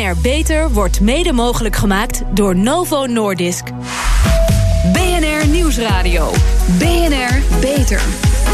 BNR Beter wordt mede mogelijk gemaakt door Novo Nordisk. BNR Nieuwsradio. BNR Beter.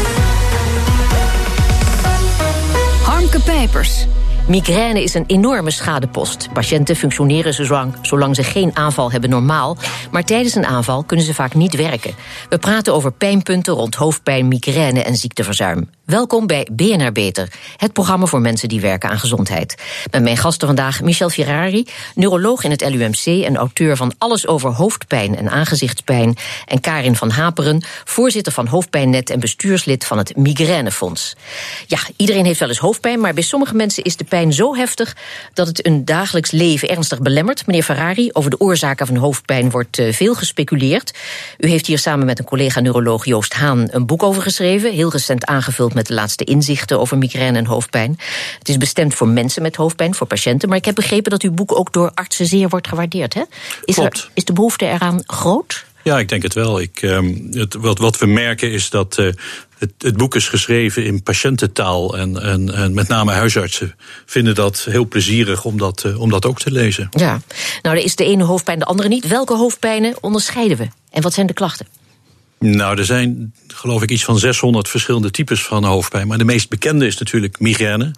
Harmke Pijpers. Migraine is een enorme schadepost. Patiënten functioneren zolang ze geen aanval hebben normaal. Maar tijdens een aanval kunnen ze vaak niet werken. We praten over pijnpunten rond hoofdpijn, migraine en ziekteverzuim. Welkom bij BNR Beter, het programma voor mensen die werken aan gezondheid. Met mijn gasten vandaag Michel Ferrari, neuroloog in het LUMC en auteur van Alles over hoofdpijn en aangezichtspijn. En Karin van Haperen, voorzitter van Hoofdpijnnet en bestuurslid van het Migrainefonds. Ja, iedereen heeft wel eens hoofdpijn, maar bij sommige mensen is de pijn zo heftig dat het hun dagelijks leven ernstig belemmert. Meneer Ferrari, over de oorzaken van hoofdpijn wordt veel gespeculeerd. U heeft hier samen met een collega neuroloog Joost Haan een boek over geschreven, heel recent aangevuld met de laatste inzichten over migraine en hoofdpijn. Het is bestemd voor mensen met hoofdpijn, voor patiënten, maar ik heb begrepen dat uw boek ook door artsen zeer wordt gewaardeerd, hè? Is de behoefte eraan groot? Ja, ik denk het wel. Wat we merken is dat het boek is geschreven in patiëntentaal en met name huisartsen vinden dat heel plezierig om dat ook te lezen. Ja, nou, er is de ene hoofdpijn, de andere niet. Welke hoofdpijnen onderscheiden we? En wat zijn de klachten? Nou, er zijn, geloof ik, iets van 600 verschillende types van hoofdpijn. Maar de meest bekende is natuurlijk migraine.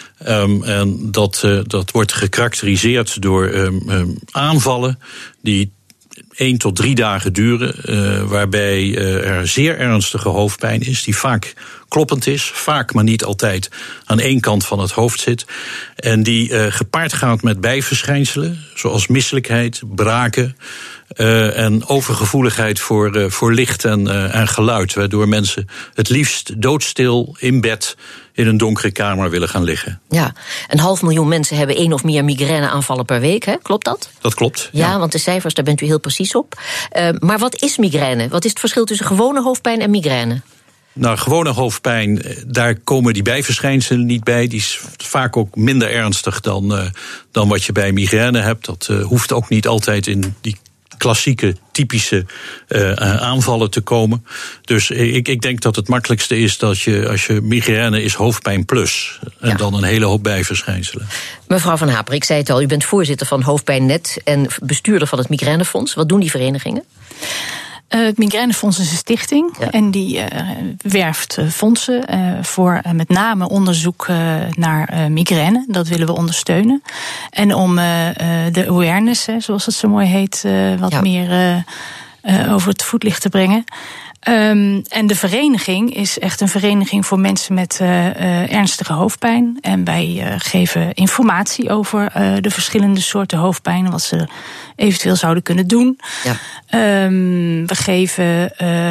En dat wordt gekarakteriseerd door aanvallen die 1 tot 3 dagen duren, waarbij er zeer ernstige hoofdpijn is, die vaak kloppend is, vaak maar niet altijd aan één kant van het hoofd zit. En die gepaard gaat met bijverschijnselen, zoals misselijkheid, braken en overgevoeligheid voor licht en geluid, waardoor mensen het liefst doodstil in bed in een donkere kamer willen gaan liggen. Ja, 500.000 mensen hebben 1 of meer migraineaanvallen per week, hè? Klopt dat? Dat klopt. Ja, want de cijfers, daar bent u heel precies op. Maar wat is migraine? Wat is het verschil tussen gewone hoofdpijn en migraine? Nou, gewone hoofdpijn, daar komen die bijverschijnselen niet bij. Die is vaak ook minder ernstig dan wat je bij migraine hebt. Dat hoeft ook niet altijd in die klassieke, typische aanvallen te komen. Dus ik denk dat het makkelijkste is dat als je migraine is hoofdpijn plus. En dan een hele hoop bijverschijnselen. Mevrouw van Haperen, ik zei het al, u bent voorzitter van Hoofdpijnnet en bestuurder van het Migrainefonds. Wat doen die verenigingen? Het Migrainefonds is een stichting en die werft fondsen voor met name onderzoek naar migraine. Dat willen we ondersteunen. En om de awareness, zoals het zo mooi heet, wat meer over het voetlicht te brengen. En de vereniging is echt een vereniging voor mensen met ernstige hoofdpijn. En wij geven informatie over de verschillende soorten hoofdpijn, wat ze eventueel zouden kunnen doen. Ja. We geven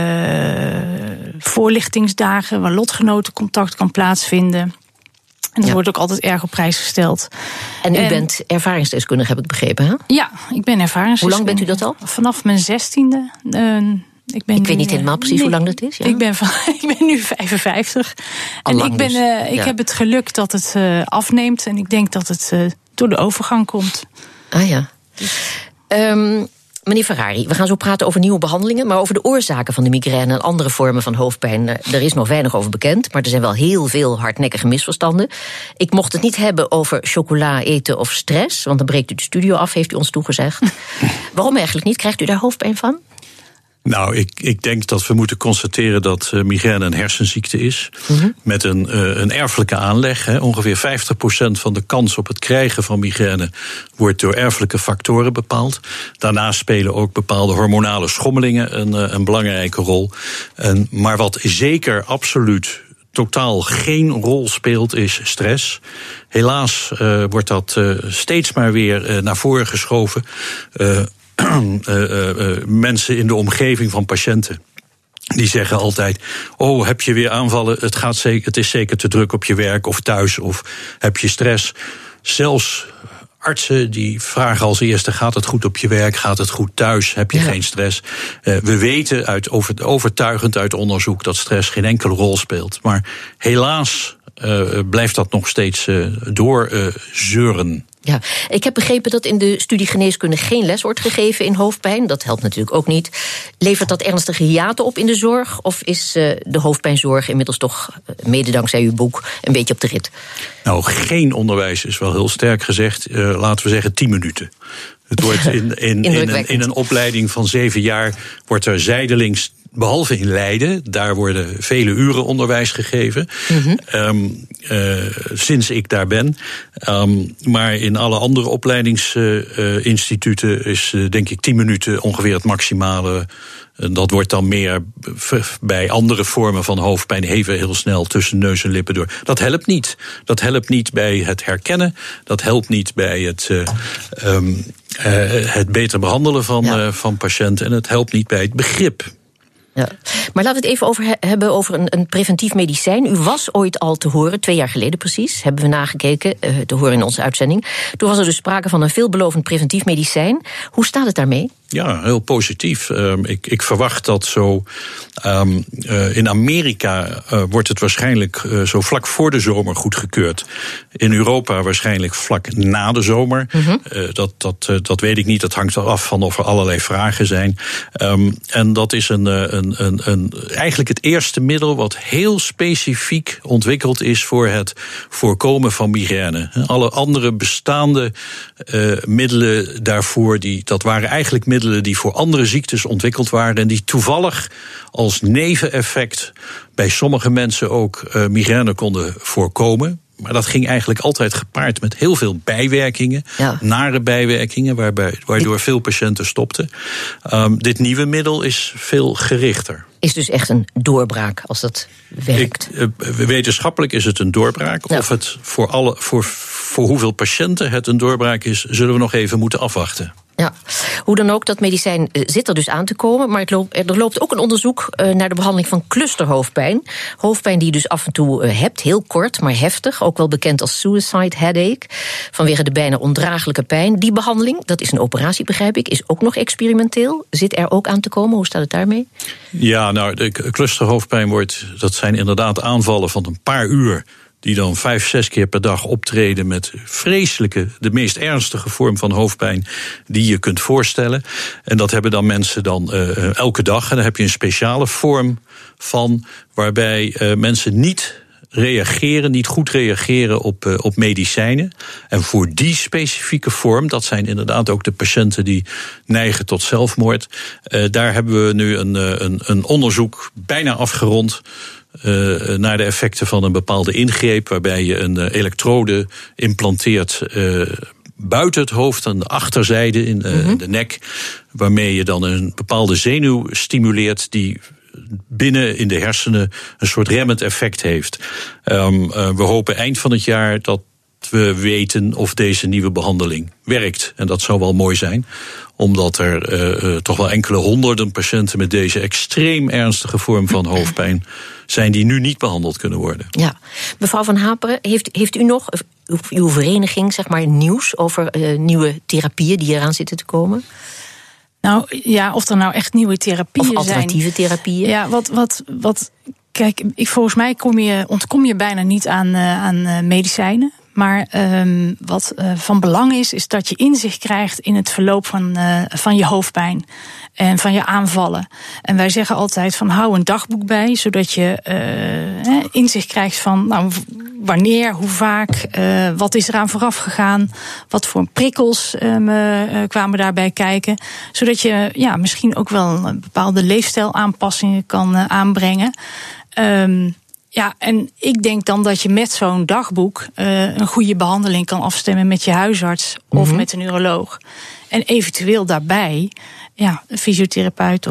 voorlichtingsdagen waar lotgenotencontact kan plaatsvinden. En dat wordt ook altijd erg op prijs gesteld. En u bent ervaringsdeskundige, heb ik begrepen, hè? Ja, ik ben ervaringsdeskundige. Hoe lang bent u dat al? Vanaf mijn 16e. Ik weet niet helemaal precies hoe lang dat is. Ja? Ik ben nu 55. Allang en ik heb het geluk dat het afneemt. En ik denk dat het door de overgang komt. Ah ja. Meneer Ferrari, we gaan zo praten over nieuwe behandelingen, maar over de oorzaken van de migraine en andere vormen van hoofdpijn. Er is nog weinig over bekend, maar er zijn wel heel veel hardnekkige misverstanden. Ik mocht het niet hebben over chocola eten of stress, want dan breekt u de studio af, heeft u ons toegezegd. Waarom eigenlijk niet? Krijgt u daar hoofdpijn van? Nou, ik denk dat we moeten constateren dat migraine een hersenziekte is. Met een erfelijke aanleg. Hè. Ongeveer 50% van de kans op het krijgen van migraine wordt door erfelijke factoren bepaald. Daarnaast spelen ook bepaalde hormonale schommelingen een belangrijke rol. Maar wat zeker absoluut totaal geen rol speelt, is stress. Helaas wordt dat steeds maar weer naar voren geschoven. Mensen in de omgeving van patiënten, die zeggen altijd: oh, heb je weer aanvallen, het is zeker te druk op je werk of thuis, of heb je stress. Zelfs artsen die vragen als eerste: gaat het goed op je werk, gaat het goed thuis, heb je geen stress? We weten overtuigend uit onderzoek dat stress geen enkele rol speelt. Maar helaas blijft dat nog steeds doorzeuren. Ja, ik heb begrepen dat in de studie geneeskunde geen les wordt gegeven in hoofdpijn. Dat helpt natuurlijk ook niet. Levert dat ernstige hiaten op in de zorg? Of is de hoofdpijnzorg inmiddels toch, mede dankzij uw boek, een beetje op de rit? Nou, geen onderwijs is wel heel sterk gezegd. Laten we zeggen 10 minuten. Het wordt in een opleiding van 7 jaar wordt er zijdelings, behalve in Leiden, daar worden vele uren onderwijs gegeven. Sinds ik daar ben. Maar in alle andere opleidingsinstituten is denk ik 10 minuten ongeveer het maximale. Dat wordt dan meer bij andere vormen van hoofdpijn even heel snel tussen neus en lippen door. Dat helpt niet. Dat helpt niet bij het herkennen. Dat helpt niet bij het beter behandelen van patiënten. En het helpt niet bij het begrip. Ja. Maar laten we het even hebben over een preventief medicijn. U was ooit al te horen, 2 jaar geleden precies, hebben we nagekeken, te horen in onze uitzending. Toen was er dus sprake van een veelbelovend preventief medicijn. Hoe staat het daarmee? Ja, heel positief. Ik verwacht dat zo. In Amerika wordt het waarschijnlijk zo vlak voor de zomer goedgekeurd. In Europa waarschijnlijk vlak na de zomer. Dat weet ik niet. Dat hangt af van of er allerlei vragen zijn. En dat is eigenlijk het eerste middel wat heel specifiek ontwikkeld is voor het voorkomen van migraine. Alle andere bestaande middelen daarvoor, dat waren eigenlijk middelen die voor andere ziektes ontwikkeld waren en die toevallig als neveneffect bij sommige mensen ook migraine konden voorkomen. Maar dat ging eigenlijk altijd gepaard met heel veel bijwerkingen, nare bijwerkingen, waardoor veel patiënten stopten. Dit nieuwe middel is veel gerichter. Is dus echt een doorbraak als dat werkt? Wetenschappelijk is het een doorbraak. Ja. Of het voor hoeveel patiënten het een doorbraak is, zullen we nog even moeten afwachten. Ja, hoe dan ook, dat medicijn zit er dus aan te komen. Maar er loopt ook een onderzoek naar de behandeling van clusterhoofdpijn. Hoofdpijn die je dus af en toe hebt, heel kort, maar heftig. Ook wel bekend als suicide headache. Vanwege de bijna ondraaglijke pijn. Die behandeling, dat is een operatie, begrijp ik, is ook nog experimenteel. Zit er ook aan te komen? Hoe staat het daarmee? Ja, nou, de clusterhoofdpijn dat zijn inderdaad aanvallen van een paar uur, die dan 5-6 keer per dag optreden met de meest ernstige vorm van hoofdpijn die je kunt voorstellen. En dat hebben dan mensen elke dag. En dan heb je een speciale vorm van waarbij mensen niet goed reageren op medicijnen. En voor die specifieke vorm, dat zijn inderdaad ook de patiënten die neigen tot zelfmoord. Daar hebben we nu een onderzoek bijna afgerond naar de effecten van een bepaalde ingreep, waarbij je een elektrode implanteert buiten het hoofd, aan de achterzijde in de nek, waarmee je dan een bepaalde zenuw stimuleert die binnen in de hersenen een soort remmend effect heeft. We hopen eind van het jaar dat we weten of deze nieuwe behandeling werkt. En dat zou wel mooi zijn, omdat er toch wel enkele honderden patiënten met deze extreem ernstige vorm van hoofdpijn zijn die nu niet behandeld kunnen worden. Ja, mevrouw Van Haperen, heeft u nog, uw vereniging, zeg maar, nieuws over nieuwe therapieën die eraan zitten te komen? Nou ja, of er nou echt nieuwe therapieën zijn. Of alternatieve therapieën. Ja, kijk, volgens mij ontkom je bijna niet aan medicijnen. Maar wat van belang is dat je inzicht krijgt in het verloop van je hoofdpijn en van je aanvallen. En wij zeggen altijd van hou een dagboek bij, zodat je inzicht krijgt van wanneer, hoe vaak, wat is eraan vooraf gegaan, wat voor prikkels kwamen daarbij kijken. Zodat je misschien ook wel een bepaalde leefstijlaanpassingen kan aanbrengen. Ja, en ik denk dan dat je met zo'n dagboek een goede behandeling kan afstemmen met je huisarts of met een neuroloog. En eventueel daarbij een fysiotherapeut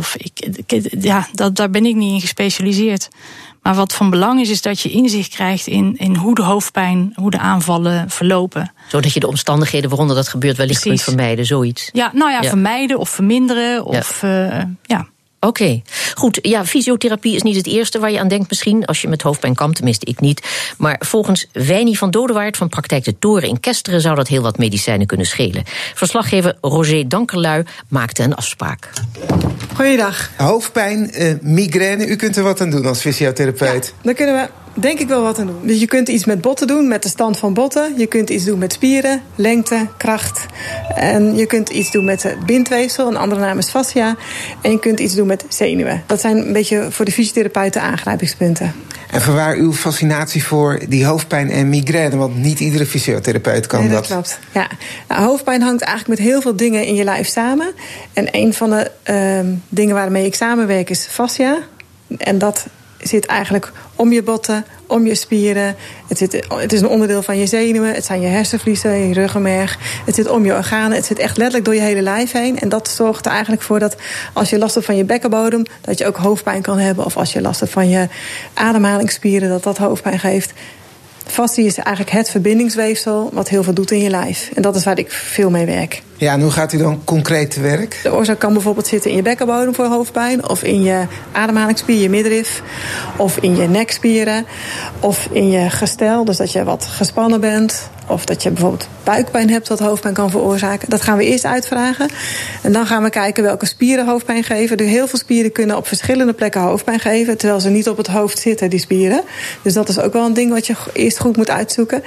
daar ben ik niet in gespecialiseerd. Maar wat van belang is dat je inzicht krijgt in hoe de hoofdpijn, hoe de aanvallen verlopen. Zodat je de omstandigheden waaronder dat gebeurt wellicht kunt vermijden, zoiets. Ja, vermijden of verminderen of Oké, goed. Ja, fysiotherapie is niet het eerste waar je aan denkt misschien, als je met hoofdpijn kampt, tenminste ik niet. Maar volgens Wijnie van Dodewaard van Praktijk de Toren in Kesteren zou dat heel wat medicijnen kunnen schelen. Verslaggever Roger Dankerlui maakte een afspraak. Goeiedag. Hoofdpijn, migraine, u kunt er wat aan doen als fysiotherapeut. Ja, dan kunnen we denk ik wel wat aan doen. Dus je kunt iets met botten doen, met de stand van botten. Je kunt iets doen met spieren, lengte, kracht. En je kunt iets doen met bindweefsel, een andere naam is fascia. En je kunt iets doen met zenuwen. Dat zijn een beetje voor de fysiotherapeuten aangrijpingspunten. En vanwaar uw fascinatie voor die hoofdpijn en migraine? Want niet iedere fysiotherapeut kan dat. Klopt. Ja. Nou, hoofdpijn hangt eigenlijk met heel veel dingen in je lijf samen. En een van de dingen waarmee ik samenwerk is fascia. En dat zit eigenlijk om je botten, om je spieren. Het is een onderdeel van je zenuwen. Het zijn je hersenvliezen, je ruggenmerg. Het zit om je organen. Het zit echt letterlijk door je hele lijf heen. En dat zorgt er eigenlijk voor dat als je last hebt van je bekkenbodem, dat je ook hoofdpijn kan hebben. Of als je last hebt van je ademhalingsspieren, dat hoofdpijn geeft. Fascie is eigenlijk het verbindingsweefsel wat heel veel doet in je lijf. En dat is waar ik veel mee werk. Ja, en hoe gaat u dan concreet te werk? De oorzaak kan bijvoorbeeld zitten in je bekkenbodem voor hoofdpijn, of in je ademhalingsspier, je middenrif, of in je nekspieren, of in je gestel, dus dat je wat gespannen bent, of dat je bijvoorbeeld buikpijn hebt wat hoofdpijn kan veroorzaken. Dat gaan we eerst uitvragen. En dan gaan we kijken welke spieren hoofdpijn geven. Dus heel veel spieren kunnen op verschillende plekken hoofdpijn geven, terwijl ze niet op het hoofd zitten, die spieren. Dus dat is ook wel een ding wat je eerst goed moet uitzoeken.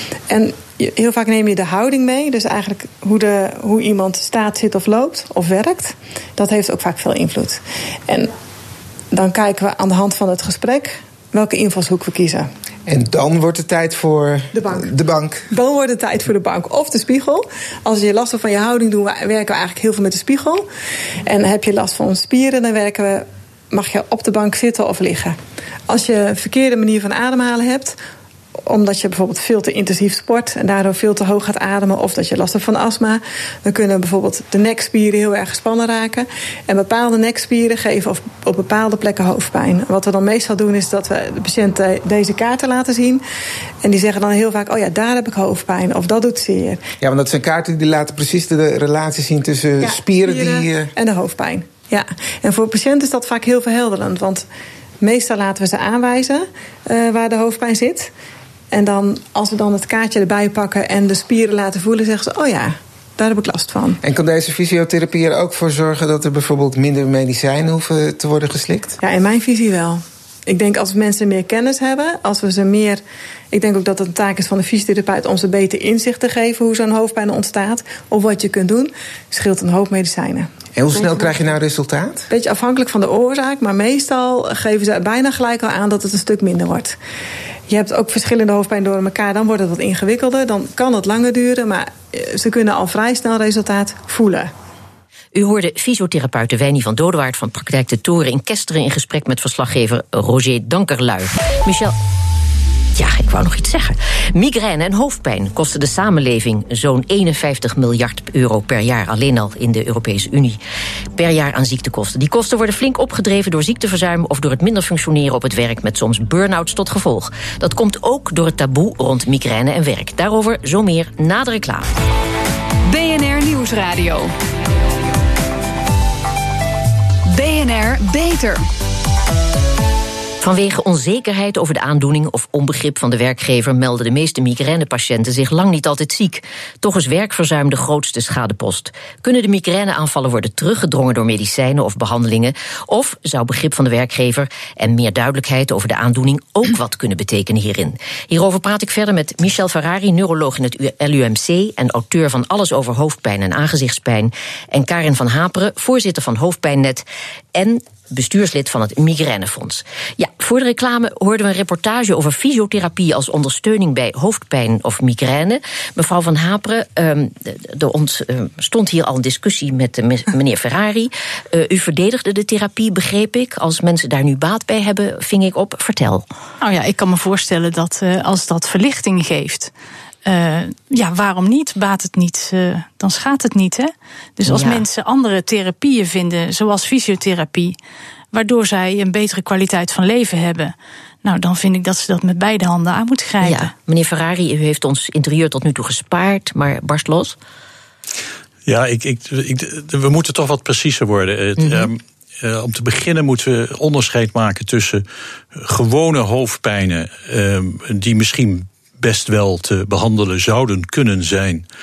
En heel vaak neem je de houding mee. Dus eigenlijk hoe iemand staat, zit of loopt of werkt. Dat heeft ook vaak veel invloed. En dan kijken we aan de hand van het gesprek welke invalshoek we kiezen. En dan wordt het tijd voor de bank. Dan wordt het tijd voor de bank of de spiegel. Als je last hebt van je houding doen, werken we eigenlijk heel veel met de spiegel. En heb je last van spieren, dan mag je op de bank zitten of liggen. Als je een verkeerde manier van ademhalen hebt, omdat je bijvoorbeeld veel te intensief sport en daardoor veel te hoog gaat ademen, of dat je last hebt van astma, dan kunnen bijvoorbeeld de nekspieren heel erg gespannen raken. En bepaalde nekspieren geven op bepaalde plekken hoofdpijn. Wat we dan meestal doen is dat we de patiënt deze kaarten laten zien. En die zeggen dan heel vaak, oh ja, daar heb ik hoofdpijn, of dat doet zeer. Ja, want dat zijn kaarten die laten precies de relatie zien tussen spieren en de hoofdpijn. Ja, en voor patiënten is dat vaak heel verhelderend, want meestal laten we ze aanwijzen waar de hoofdpijn zit. En dan, als we dan het kaartje erbij pakken en de spieren laten voelen, zeggen ze, oh ja, daar heb ik last van. En kan deze fysiotherapie er ook voor zorgen dat er bijvoorbeeld minder medicijnen hoeven te worden geslikt? Ja, in mijn visie wel. Ik denk als mensen meer kennis hebben, ik denk ook dat het een taak is van de fysiotherapeut om ze beter inzicht te geven hoe zo'n hoofdpijn ontstaat, of wat je kunt doen, scheelt een hoop medicijnen. En hoe snel krijg je nou resultaat? Beetje afhankelijk van de oorzaak, maar meestal geven ze bijna gelijk al aan dat het een stuk minder wordt. Je hebt ook verschillende hoofdpijn door elkaar, dan wordt het wat ingewikkelder, dan kan het langer duren, maar ze kunnen al vrij snel resultaat voelen. U hoorde fysiotherapeute Wijnie van Dodewaard van Praktijk de Toren in Kesteren in gesprek met verslaggever Roger Dankerlui. Michel. Ja, ik wou nog iets zeggen. Migraine en hoofdpijn kosten de samenleving zo'n 51 miljard euro per jaar, alleen al in de Europese Unie. Per jaar aan ziektekosten. Die kosten worden flink opgedreven door ziekteverzuim of door het minder functioneren op het werk met soms burn-outs tot gevolg. Dat komt ook door het taboe rond migraine en werk. Daarover zo meer na de reclame. BNR Nieuwsradio. BNR Beter. Vanwege onzekerheid over de aandoening of onbegrip van de werkgever melden de meeste migrainepatiënten zich lang niet altijd ziek. Toch is werkverzuim de grootste schadepost. Kunnen de migraineaanvallen worden teruggedrongen door medicijnen of behandelingen? Of zou begrip van de werkgever en meer duidelijkheid over de aandoening ook wat kunnen betekenen hierin? Hierover praat ik verder met Michel Ferrari, neuroloog in het LUMC en auteur van Alles over hoofdpijn en aangezichtspijn. En Karin van Haperen, voorzitter van Hoofdpijnnet en bestuurslid van het Migrainefonds. Ja, voor de reclame hoorden we een reportage over fysiotherapie als ondersteuning bij hoofdpijn of migraine. Mevrouw van Haperen, er stond hier al een discussie met meneer Ferrari. U verdedigde de therapie, begreep ik. Als mensen daar nu baat bij hebben, ving ik op. Vertel. Nou ja, ik kan me voorstellen dat als dat verlichting geeft, waarom niet? Baat het niet, dan schaadt het niet, hè? Dus als mensen andere therapieën vinden, zoals fysiotherapie, waardoor zij een betere kwaliteit van leven hebben, nou, dan vind ik dat ze dat met beide handen aan moeten grijpen. Ja, meneer Ferrari, u heeft ons interieur tot nu toe gespaard, maar barst los. Ja, we moeten toch wat preciezer worden. Om te beginnen moeten we onderscheid maken tussen gewone hoofdpijnen die misschien best wel te behandelen zouden kunnen zijn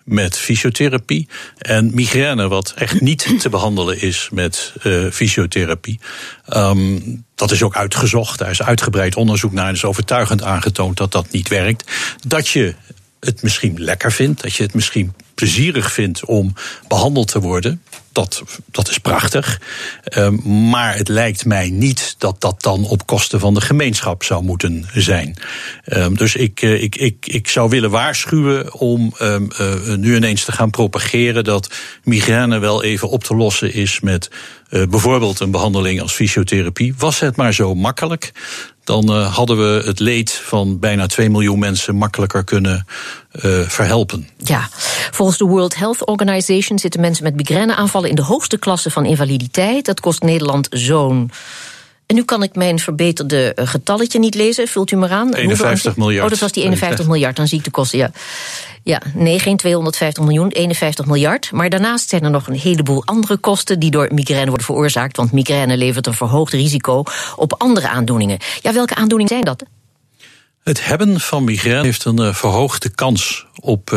met fysiotherapie. En migraine, wat echt niet te behandelen is met fysiotherapie. Dat is ook uitgezocht, daar is uitgebreid onderzoek naar en is overtuigend aangetoond dat dat niet werkt. Dat je het misschien lekker vindt, dat je het misschien plezierig vindt om behandeld te worden, dat is prachtig. Maar het lijkt mij niet dat dat dan op kosten van de gemeenschap zou moeten zijn. Dus ik zou willen waarschuwen om nu ineens te gaan propageren dat migraine wel even op te lossen is met bijvoorbeeld een behandeling als fysiotherapie. Was het maar zo makkelijk, dan hadden we het leed van bijna 2 miljoen mensen makkelijker kunnen verhelpen. Ja, volgens de World Health Organization zitten mensen met migraineaanvallen in de hoogste klasse van invaliditeit. Dat kost Nederland zo'n... En nu kan ik mijn verbeterde getalletje niet lezen. Vult u maar aan. 51 miljard. Oh, dat was die 51 miljard aan ziektekosten, ja. Ja, nee, geen 250 miljoen, 51 miljard. Maar daarnaast zijn er nog een heleboel andere kosten die door migraine worden veroorzaakt. Want migraine levert een verhoogd risico op andere aandoeningen. Ja, welke aandoeningen zijn dat? Het hebben van migraine heeft een verhoogde kans op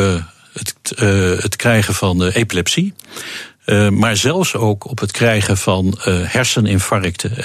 het krijgen van epilepsie. Maar zelfs ook op het krijgen van herseninfarcten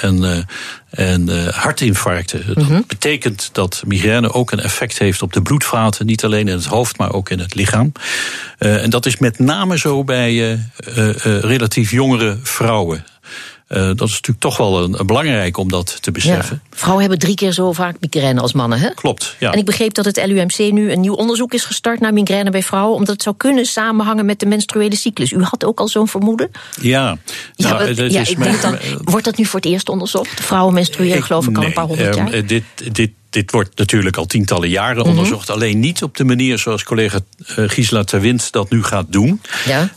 en hartinfarcten. Dat betekent dat migraine ook een effect heeft op de bloedvaten. Niet alleen in het hoofd, maar ook in het lichaam. En dat is met name zo bij relatief jongere vrouwen. Dat is natuurlijk toch wel belangrijk om dat te beseffen. Ja, vrouwen hebben 3 keer zo vaak migraine als mannen, hè? Klopt, ja. En ik begreep dat het LUMC nu een nieuw onderzoek is gestart naar migraine bij vrouwen, omdat het zou kunnen samenhangen met de menstruele cyclus. U had ook al zo'n vermoeden? Ja. Ik denk dan, wordt dat nu voor het eerst onderzocht? Vrouwen menstrueren geloof ik al een paar honderd jaar. Dit wordt natuurlijk al tientallen jaren onderzocht. Alleen niet op de manier zoals collega Gisela ter Wind dat nu gaat doen. Ja.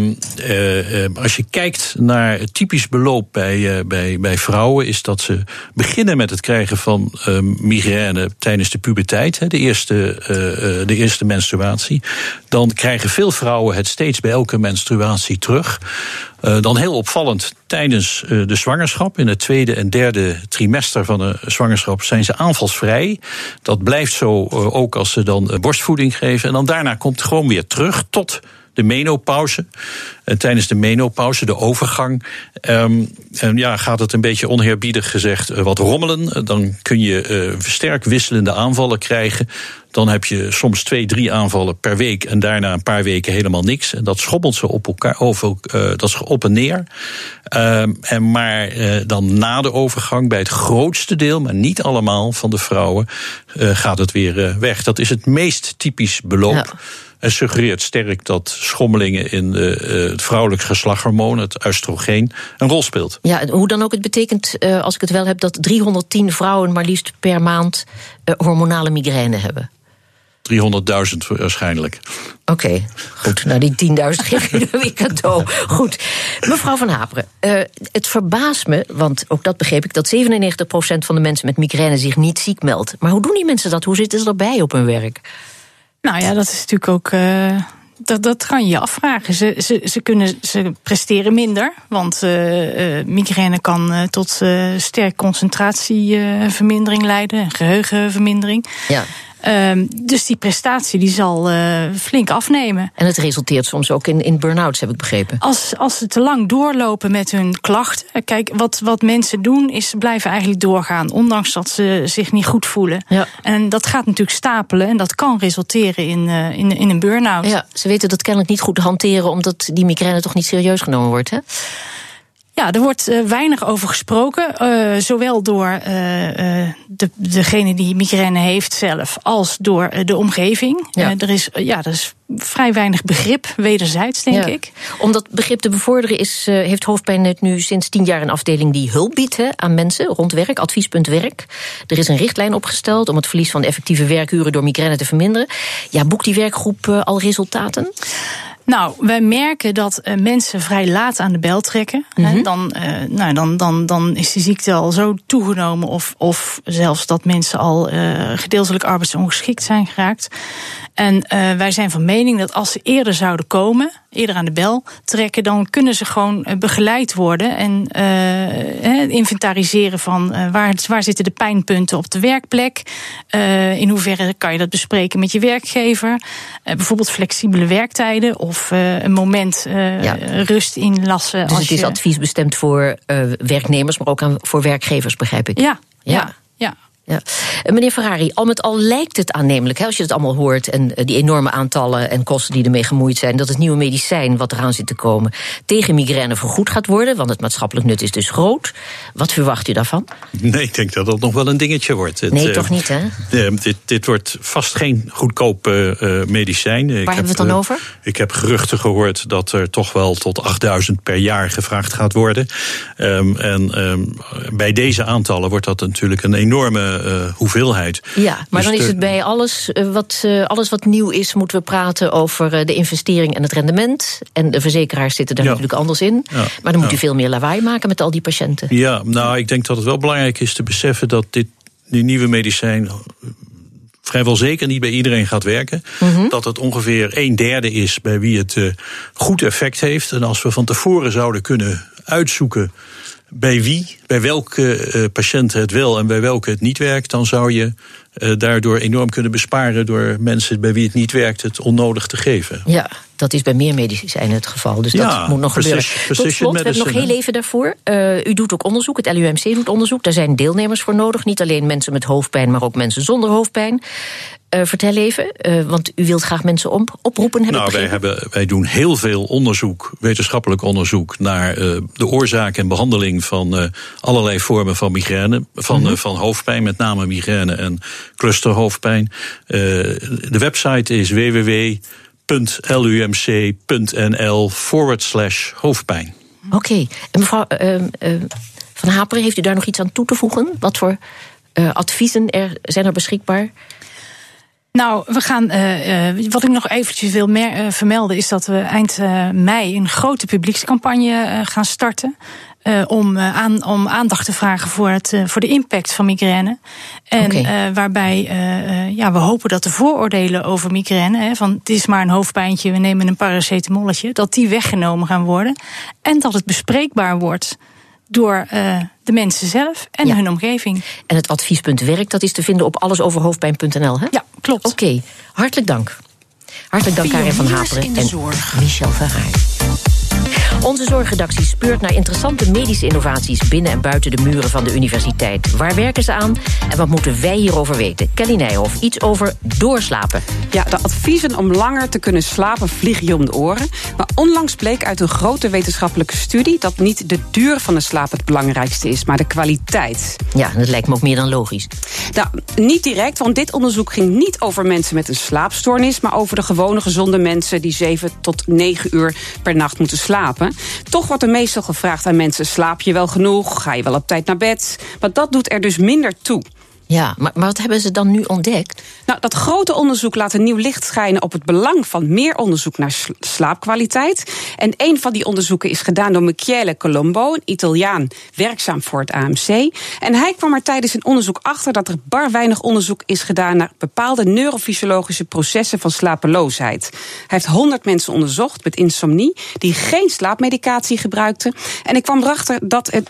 Als je kijkt naar het typisch beloop bij vrouwen, is dat ze beginnen met het krijgen van migraine tijdens de puberteit, de eerste menstruatie. Dan krijgen veel vrouwen het steeds bij elke menstruatie terug. Dan heel opvallend, tijdens de zwangerschap, in het 2e en 3e trimester van de zwangerschap, zijn ze aanvalsvrij. Dat blijft zo ook als ze dan borstvoeding geven. En dan daarna komt het gewoon weer terug tot de menopauze. Tijdens de menopauze, de overgang, gaat het een beetje oneerbiedig gezegd wat rommelen. Dan kun je sterk wisselende aanvallen krijgen. Dan heb je soms 2-3 aanvallen per week en daarna een paar weken helemaal niks. En dat schommelt ze op elkaar dat is op en neer. Maar dan na de overgang, bij het grootste deel, maar niet allemaal van de vrouwen, gaat het weer weg. Dat is het meest typisch beloop. Ja. En suggereert sterk dat schommelingen in het vrouwelijk geslachtshormoon, het oestrogeen, een rol speelt. Ja, hoe dan ook, het betekent, als ik het wel heb, dat 310 vrouwen maar liefst per maand hormonale migraine hebben. 300.000 waarschijnlijk. Oké, goed. Nou, die 10.000 geef je weer cadeau. Goed. Mevrouw Van Haperen, het verbaast me, want ook dat begreep ik, dat 97% van de mensen met migraine zich niet ziek meldt. Maar hoe doen die mensen dat? Hoe zitten ze erbij op hun werk? Nou ja, dat is natuurlijk ook. Dat kan je je afvragen. Ze presteren minder, want migraine kan tot sterk concentratievermindering leiden en geheugenvermindering. Ja. Dus die prestatie die zal flink afnemen. En het resulteert soms ook in burn-outs, heb ik begrepen. Als ze te lang doorlopen met hun klachten. Kijk, wat mensen doen is ze blijven eigenlijk doorgaan, ondanks dat ze zich niet goed voelen. Ja. En dat gaat natuurlijk stapelen en dat kan resulteren in een burn-out. Ja, ze weten dat kennelijk niet goed te hanteren, omdat die migraine toch niet serieus genomen wordt, hè? Ja, er wordt weinig over gesproken, zowel door degene die migraine heeft zelf, als door de omgeving. Ja. Er is vrij weinig begrip, wederzijds, denk ik. Om dat begrip te bevorderen heeft Hoofdpijnnet nu sinds 10 jaar een afdeling die hulp biedt aan mensen rond werk, adviespunt werk. Er is een richtlijn opgesteld om het verlies van effectieve werkuren door migraine te verminderen. Ja, boekt die werkgroep al resultaten? Nou, wij merken dat mensen vrij laat aan de bel trekken. Dan is de ziekte al zo toegenomen, of zelfs dat mensen al gedeeltelijk arbeidsongeschikt zijn geraakt. En wij zijn van mening dat als ze eerder zouden komen, eerder aan de bel trekken, dan kunnen ze gewoon begeleid worden en inventariseren van waar zitten de pijnpunten op de werkplek. In hoeverre kan je dat bespreken met je werkgever. Bijvoorbeeld flexibele werktijden of een moment rust inlassen. Dus het is advies bestemd voor werknemers, maar ook voor werkgevers, begrijp ik. Ja. Ja. Meneer Ferrari, al met al lijkt het aannemelijk, als je het allemaal hoort en die enorme aantallen en kosten die ermee gemoeid zijn, dat het nieuwe medicijn wat eraan zit te komen tegen migraine vergoed gaat worden, want het maatschappelijk nut is dus groot. Wat verwacht u daarvan? Nee, ik denk dat dat nog wel een dingetje wordt. Nee, toch niet, hè? Dit wordt vast geen goedkoop medicijn. Waar hebben we het dan over? Ik heb geruchten gehoord dat er toch wel tot 8.000 per jaar gevraagd gaat worden. Bij deze aantallen wordt dat natuurlijk een enorme hoeveelheid. Ja, maar dus dan is het bij alles wat nieuw is, moeten we praten over de investering en het rendement. En de verzekeraars zitten daar natuurlijk anders in. Ja, maar dan moet u veel meer lawaai maken met al die patiënten. Ja, nou, ik denk dat het wel belangrijk is te beseffen dat die nieuwe medicijn vrijwel zeker niet bij iedereen gaat werken. Mm-hmm. Dat het ongeveer 1/3 is bij wie het goed effect heeft. En als we van tevoren zouden kunnen uitzoeken bij welke patiënten het wel en bij welke het niet werkt, dan zou je daardoor enorm kunnen besparen door mensen bij wie het niet werkt het onnodig te geven. Ja, dat is bij meer medicijnen het geval. Dus dat moet nog gebeuren. Tot slot, we hebben nog heel even daarvoor. U doet ook onderzoek, het LUMC doet onderzoek. Daar zijn deelnemers voor nodig. Niet alleen mensen met hoofdpijn, maar ook mensen zonder hoofdpijn. Vertel even, want u wilt graag mensen oproepen. Wij doen heel veel onderzoek, wetenschappelijk onderzoek, naar de oorzaak en behandeling van allerlei vormen van migraine, van hoofdpijn, met name migraine en clusterhoofdpijn. De website is www.lumc.nl/hoofdpijn. Oké. En mevrouw Van Haperen, heeft u daar nog iets aan toe te voegen? Wat voor adviezen zijn er beschikbaar? Nou, we gaan. Wat ik nog eventjes wil vermelden is dat we eind mei een grote publiekscampagne gaan starten. Om aandacht te vragen voor de impact van migraine. En waarbij we hopen dat de vooroordelen over migraine, van het is maar een hoofdpijntje, we nemen een paracetamolletje, dat die weggenomen gaan worden. En dat het bespreekbaar wordt door de mensen zelf en hun omgeving. En het adviespunt werk, dat is te vinden op allesoverhoofdpijn.nl, hè? Ja, klopt. Oké, hartelijk dank. Hartelijk dank Karin van Haperen en Michel Ferrari. Onze zorgredactie speurt naar interessante medische innovaties binnen en buiten de muren van de universiteit. Waar werken ze aan en wat moeten wij hierover weten? Kelly Nijhoff, iets over doorslapen. Ja, de adviezen om langer te kunnen slapen vliegen je om de oren. Maar onlangs bleek uit een grote wetenschappelijke studie dat niet de duur van de slaap het belangrijkste is, maar de kwaliteit. Ja, dat lijkt me ook meer dan logisch. Nou, niet direct, want dit onderzoek ging niet over mensen met een slaapstoornis, maar over de gewone gezonde mensen die 7 tot 9 uur per nacht moeten slapen. Toch wordt er meestal gevraagd aan mensen: slaap je wel genoeg? Ga je wel op tijd naar bed? Maar dat doet er dus minder toe. Ja, maar wat hebben ze dan nu ontdekt? Nou, dat grote onderzoek laat een nieuw licht schijnen op het belang van meer onderzoek naar slaapkwaliteit. En een van die onderzoeken is gedaan door Michele Colombo, een Italiaan werkzaam voor het AMC. En hij kwam er tijdens een onderzoek achter dat er bar weinig onderzoek is gedaan naar bepaalde neurofysiologische processen van slapeloosheid. Hij heeft 100 mensen onderzocht met insomnie die geen slaapmedicatie gebruikten. En ik kwam erachter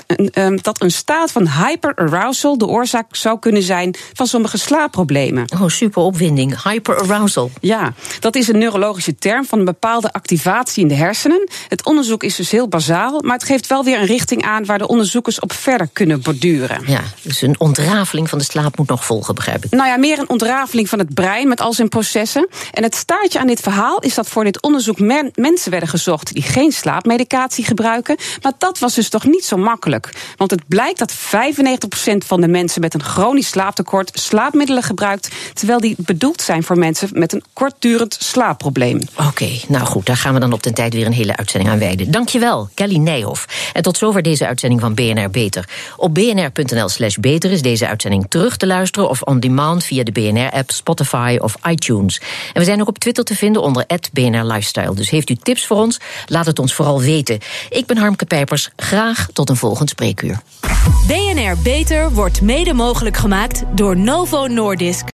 dat een staat van hyperarousal de oorzaak zou kunnen zijn van sommige slaapproblemen. Oh, super opwinding. Hyperarousal. Ja, dat is een neurologische term van een bepaalde activatie in de hersenen. Het onderzoek is dus heel bazaal, maar het geeft wel weer een richting aan waar de onderzoekers op verder kunnen borduren. Ja, dus een ontrafeling van de slaap moet nog volgen, begrijp ik. Nou ja, meer een ontrafeling van het brein met al zijn processen. En het staartje aan dit verhaal is dat voor dit onderzoek mensen werden gezocht die geen slaapmedicatie gebruiken. Maar dat was dus toch niet zo makkelijk. Want het blijkt dat 95% van de mensen met een chronisch slaaptekort slaapmiddelen gebruikt, terwijl die bedoeld zijn voor mensen met een kortdurend slaapprobleem. Oké, nou goed, daar gaan we dan op den tijd weer een hele uitzending aan wijden. Dankjewel, Kelly Nijhoff. En tot zover deze uitzending van BNR Beter. Op bnr.nl/beter is deze uitzending terug te luisteren of on demand via de BNR-app, Spotify of iTunes. En we zijn ook op Twitter te vinden onder @BNR Lifestyle. Dus heeft u tips voor ons? Laat het ons vooral weten. Ik ben Harmke Pijpers. Graag tot een volgend spreekuur. BNR Beter wordt mede mogelijk gemaakt door Novo Nordisk.